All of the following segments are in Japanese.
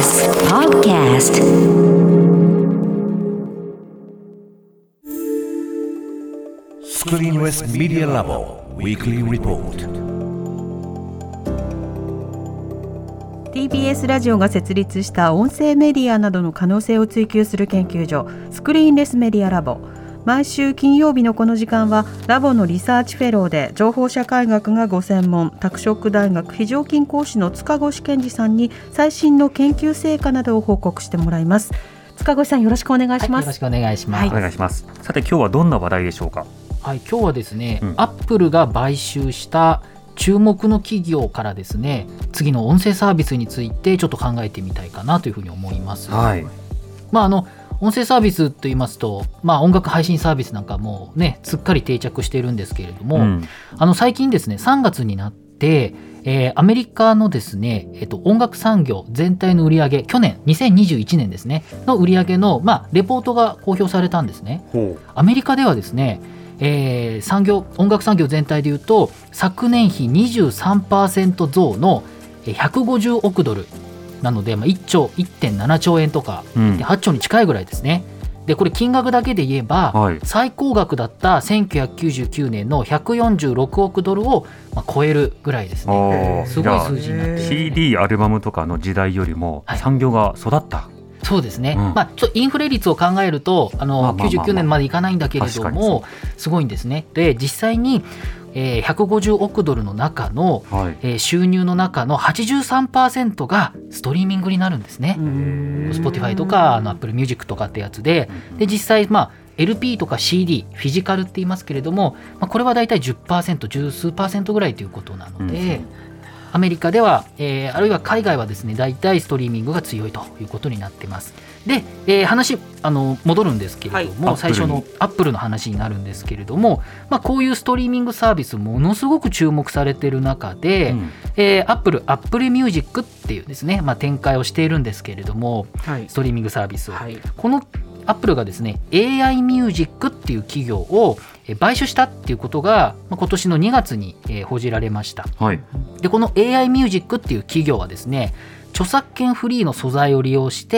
TBS Podcast Screen West Media Labo Weekly Report TBS ラジオが設立した音声メディアなどの可能性を追求する研究所スクリーンレスメディアラボ。毎週金曜日のこの時間はラボのリサーチフェローで情報社会学がご専門、拓殖大学非常勤講師の塚越健二さんに最新の研究成果などを報告してもらいます。塚越さん、よろしくお願いします。 よろしくお願いします。 お願いします。さて今日はどんな話題でしょうか。 はい、今日はですね、アップルが買収した注目の企業からですね、次の音声サービスについてちょっと考えてみたいかなというふうに思います。 はい。 音声サービスといいますと、音楽配信サービスなんかもうね、すっかり定着しているんですけれども、最近ですね、3月になって、アメリカのですね、音楽産業全体の売上、去年2021年ですねの売上の、レポートが公表されたんですね。アメリカではですね、音楽産業全体でいうと昨年比 23% 増の150億ドルなので、1.7 兆円とか、8兆に近いぐらいですね。でこれ金額だけで言えば、最高額だった1999年の146億ドルを超えるぐらいですね。すごい数字になってる、 CD アルバムとかの時代よりも産業が育った、 そうですね、ちょっとインフレ率を考えると99年までいかないんだけれども、すごいんですね。で実際に150億ドルの中の、収入の中の 83% がストリーミングになるんですね。Spotify とかApple Music とかってやつで、実際LP とか CD フィジカルって言いますけれども、これはだいたい 10%、十数%ぐらいということなので、アメリカでは、あるいは海外はですね、だいたいストリーミングが強いということになっています。で、話戻るんですけれども、最初のアップルの話になるんですけれども、こういうストリーミングサービスものすごく注目されている中で、Apple Music っていうですね、展開をしているんですけれども、ストリーミングサービスを、このアップルがですね AI Music っていう企業を買収したっていうことが今年の2月に報じられました。でこの AI Music っていう企業はですね、著作権フリーの素材を利用して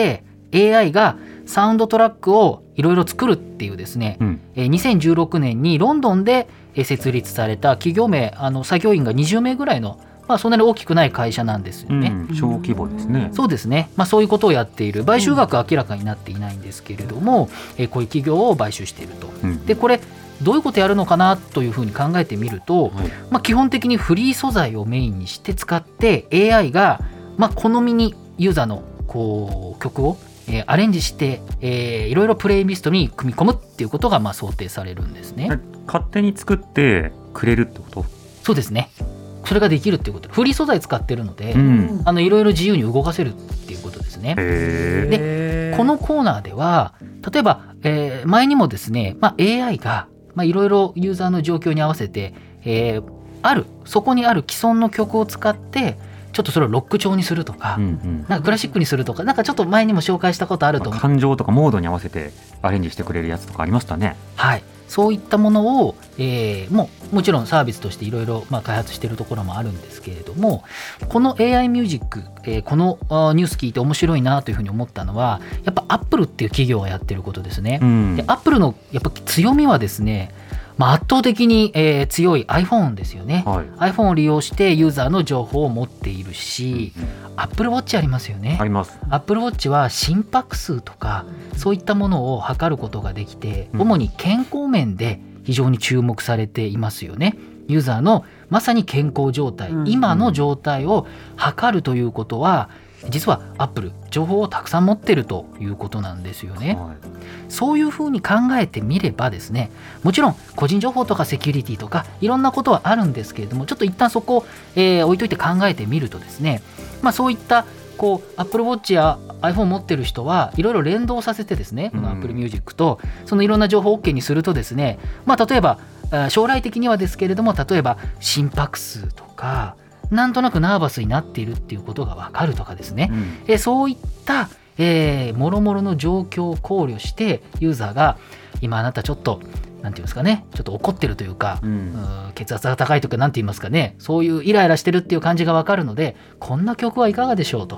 AI がサウンドトラックをいろいろ作るっていうですね、2016年にロンドンで設立された企業名、作業員が20名ぐらいのそんなに大きくない会社なんですよね。 小規模ですね。 そうですね、そういうことをやっている。買収額は明らかになっていないんですけれども、こういう企業を買収していると。でこれどういうことやるのかなというふうに考えてみると、基本的にフリー素材をメインにして使って AI が好みにユーザーの曲をアレンジして、いろいろプレイリストに組み込むっていうことが想定されるんですね。 勝手に作ってくれるってこと？ そうですね、それができるっていうこと。フリー素材使ってるので、いろいろ自由に動かせるっていうことですね。でこのコーナーでは例えば、前にもですね、AI がいろいろユーザーの状況に合わせて、そこにある既存の曲を使ってちょっとそれをロック調にするとか、なんかクラシックにするとか、なんかちょっと前にも紹介したことあると思う、 感情とかモードに合わせてアレンジしてくれるやつとかありましたね。 そういったものを、もちろんサービスとしていろいろ開発しているところもあるんですけれども、この AI ミュージック、このニュース聞いて面白いなというふうに思ったのは、やっぱアップルっていう企業がやってることですね。でアップルのやっぱ強みはですね、圧倒的に、強い iPhone ですよね。iPhone を利用してユーザーの情報を持っているし、Apple Watch ありますよね。 あります。 Apple Watch は心拍数とかそういったものを測ることができて、主に健康面で非常に注目されていますよね。ユーザーのまさに健康状態、今の状態を測るということは、実はアップル情報をたくさん持ってるということなんですよね。そういうふうに考えてみればですね、もちろん個人情報とかセキュリティとかいろんなことはあるんですけれども、ちょっと一旦そこを、置いといて考えてみるとですね、そういったApple Watch や iPhone 持ってる人はいろいろ連動させてですね、この Apple Music とそのいろんな情報を OK にするとですね、例えば将来的にはですけれども、例えば心拍数とかなんとなくナーバスになっているっていうことが分かるとかですね、そういったもろもろの状況を考慮してユーザーが今あなたちょっとなんていうんですかね、ちょっと怒ってるというか、血圧が高いとかなんて言いますかね、そういうイライラしてるっていう感じが分かるので、こんな曲はいかがでしょうと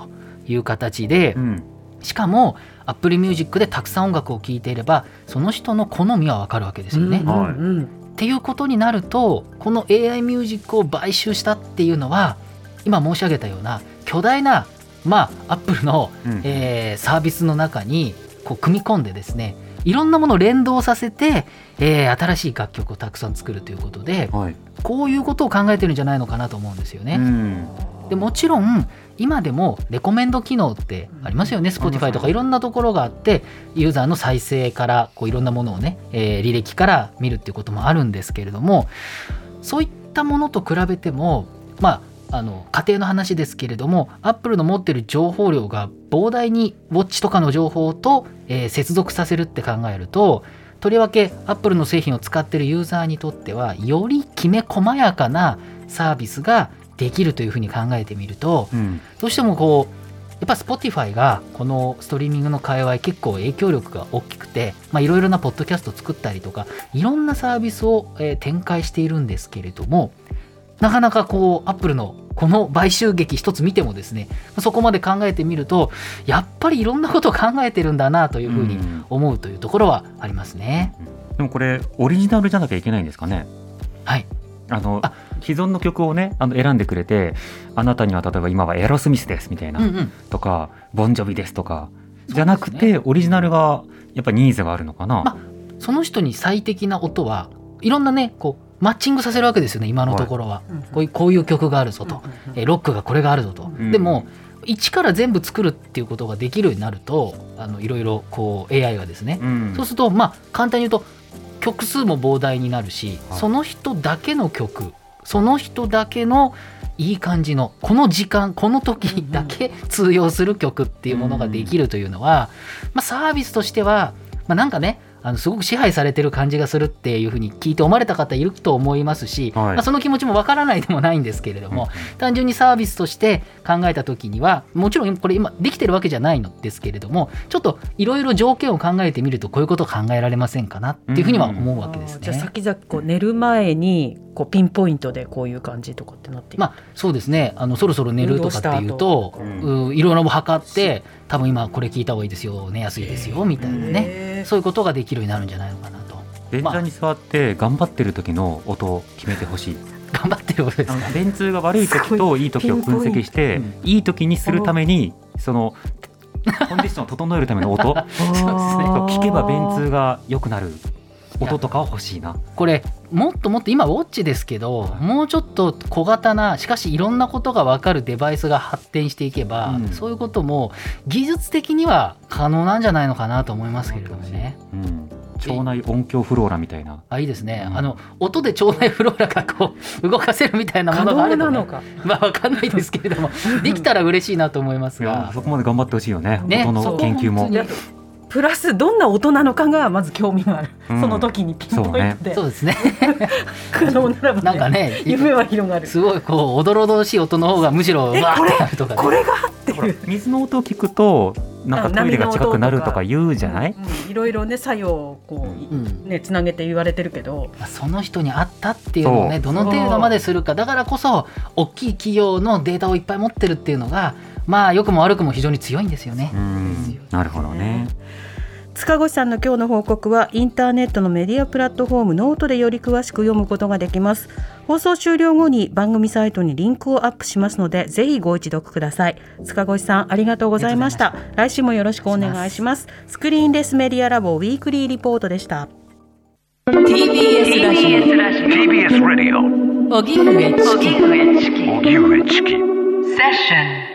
いう形で、しかも Apple Music でたくさん音楽を聴いていればその人の好みは分かるわけですよね、っていうことになるとこの AI ミュージックを買収したっていうのは今申し上げたような巨大なApple の、サービスの中にこう組み込んでですねいろんなものを連動させて、新しい楽曲をたくさん作るということで、こういうことを考えてるんじゃないのかなと思うんですよね、でもちろん今でもレコメンド機能ってありますよね。 Spotify とかいろんなところがあってユーザーの再生からこういろんなものをね、履歴から見るっていうこともあるんですけれども、そういったものと比べても家庭の話ですけれども Apple の持っている情報量が膨大にウォッチとかの情報と、接続させるって考えるととりわけ Apple の製品を使っているユーザーにとってはよりきめ細やかなサービスができるというふうに考えてみると、どうしてもこうやっぱ Spotify がこのストリーミングの界隈結構影響力が大きくていろいろなポッドキャストを作ったりとかいろんなサービスを、展開しているんですけれども、なかなかこう Apple のこの買収劇一つ見てもですねそこまで考えてみるとやっぱりいろんなことを考えてるんだなというふうに思うというところはありますね、 でもこれオリジナルじゃなきゃいけないんですかね。 はい、 既存の曲をね選んでくれてあなたには例えば今はエアロスミスですみたいな、とかボンジョビですとかじゃなくて、オリジナルがやっぱニーズがあるのかな、 その人に最適な音はいろんなねこうマッチングさせるわけですよね今のところは、こういう曲があるぞと、ロックがこれがあるぞと、でも一から全部作るっていうことができるようになるといろいろこう AI がですね、そうすると簡単に言うと曲数も膨大になるし、その人だけの曲その人だけのいい感じのこの時間この時だけ通用する曲っていうものができるというのは、サービスとしては、なんかねすごく支配されてる感じがするっていうふうに聞いて思われた方いると思いますし、その気持ちもわからないでもないんですけれども、単純にサービスとして考えた時にはもちろんこれ今できてるわけじゃないのですけれどもちょっといろいろ条件を考えてみるとこういうことを考えられませんかなっていうふうには思うわけですね。 じゃあ先々こう寝る前にこうピンポイントでこういう感じとかってなっている、 そうですねそろそろ寝るとかっていうといろいろ測って多分今これ聞いた方がいいですよ寝やすいですよみたいなね、そういうことができるようになるんじゃないのかなと。 便座に座って頑張ってる時の音を決めてほしい。 頑張ってることですか。 便通が悪い時といい時を分析して、いい時にするためにそのコンディションを整えるための音そうですね、聞けば便通が良くなる音とかは欲しいな。 これもっともっと今ウォッチですけど、もうちょっと小型なしかしいろんなことが分かるデバイスが発展していけば、そういうことも技術的には可能なんじゃないのかなと思いますけれどもね、 腸内音響フローラみたいな。 いいですね、音で腸内フローラがこう動かせるみたいなものがあると、ね、分かんないですけれどもできたら嬉しいなと思いますが、 そこまで頑張ってほしいよね、音の研究も。 プラスどんな音なのかがまず興味がある、その時にピンポイントで、 そうですね可能ならば、 なんかね夢は広がる。 すごいこうおどろどしい音の方がむしろわーってなるとか、ね、 これがっていう水の音を聞くとなんかトイレが近くなるとか言うじゃない。 いろいろね作用をこう、ね、つなげて言われてるけど、 その人に合ったっていうのをねどの程度までするか。だからこそ大きい企業のデータをいっぱい持ってるっていうのが良くも悪くも非常に強いんですよね。 なるほどね。 塚越さんの今日の報告はインターネットのメディアプラットフォームノートでより詳しく読むことができます。放送終了後に番組サイトにリンクをアップしますのでぜひご一読ください。塚越さんありがとうございました。来週もよろしくお願いします。スクリーンレスメディアラボウィークリーリポートでした。 TBS ラジオ荻上チキセッション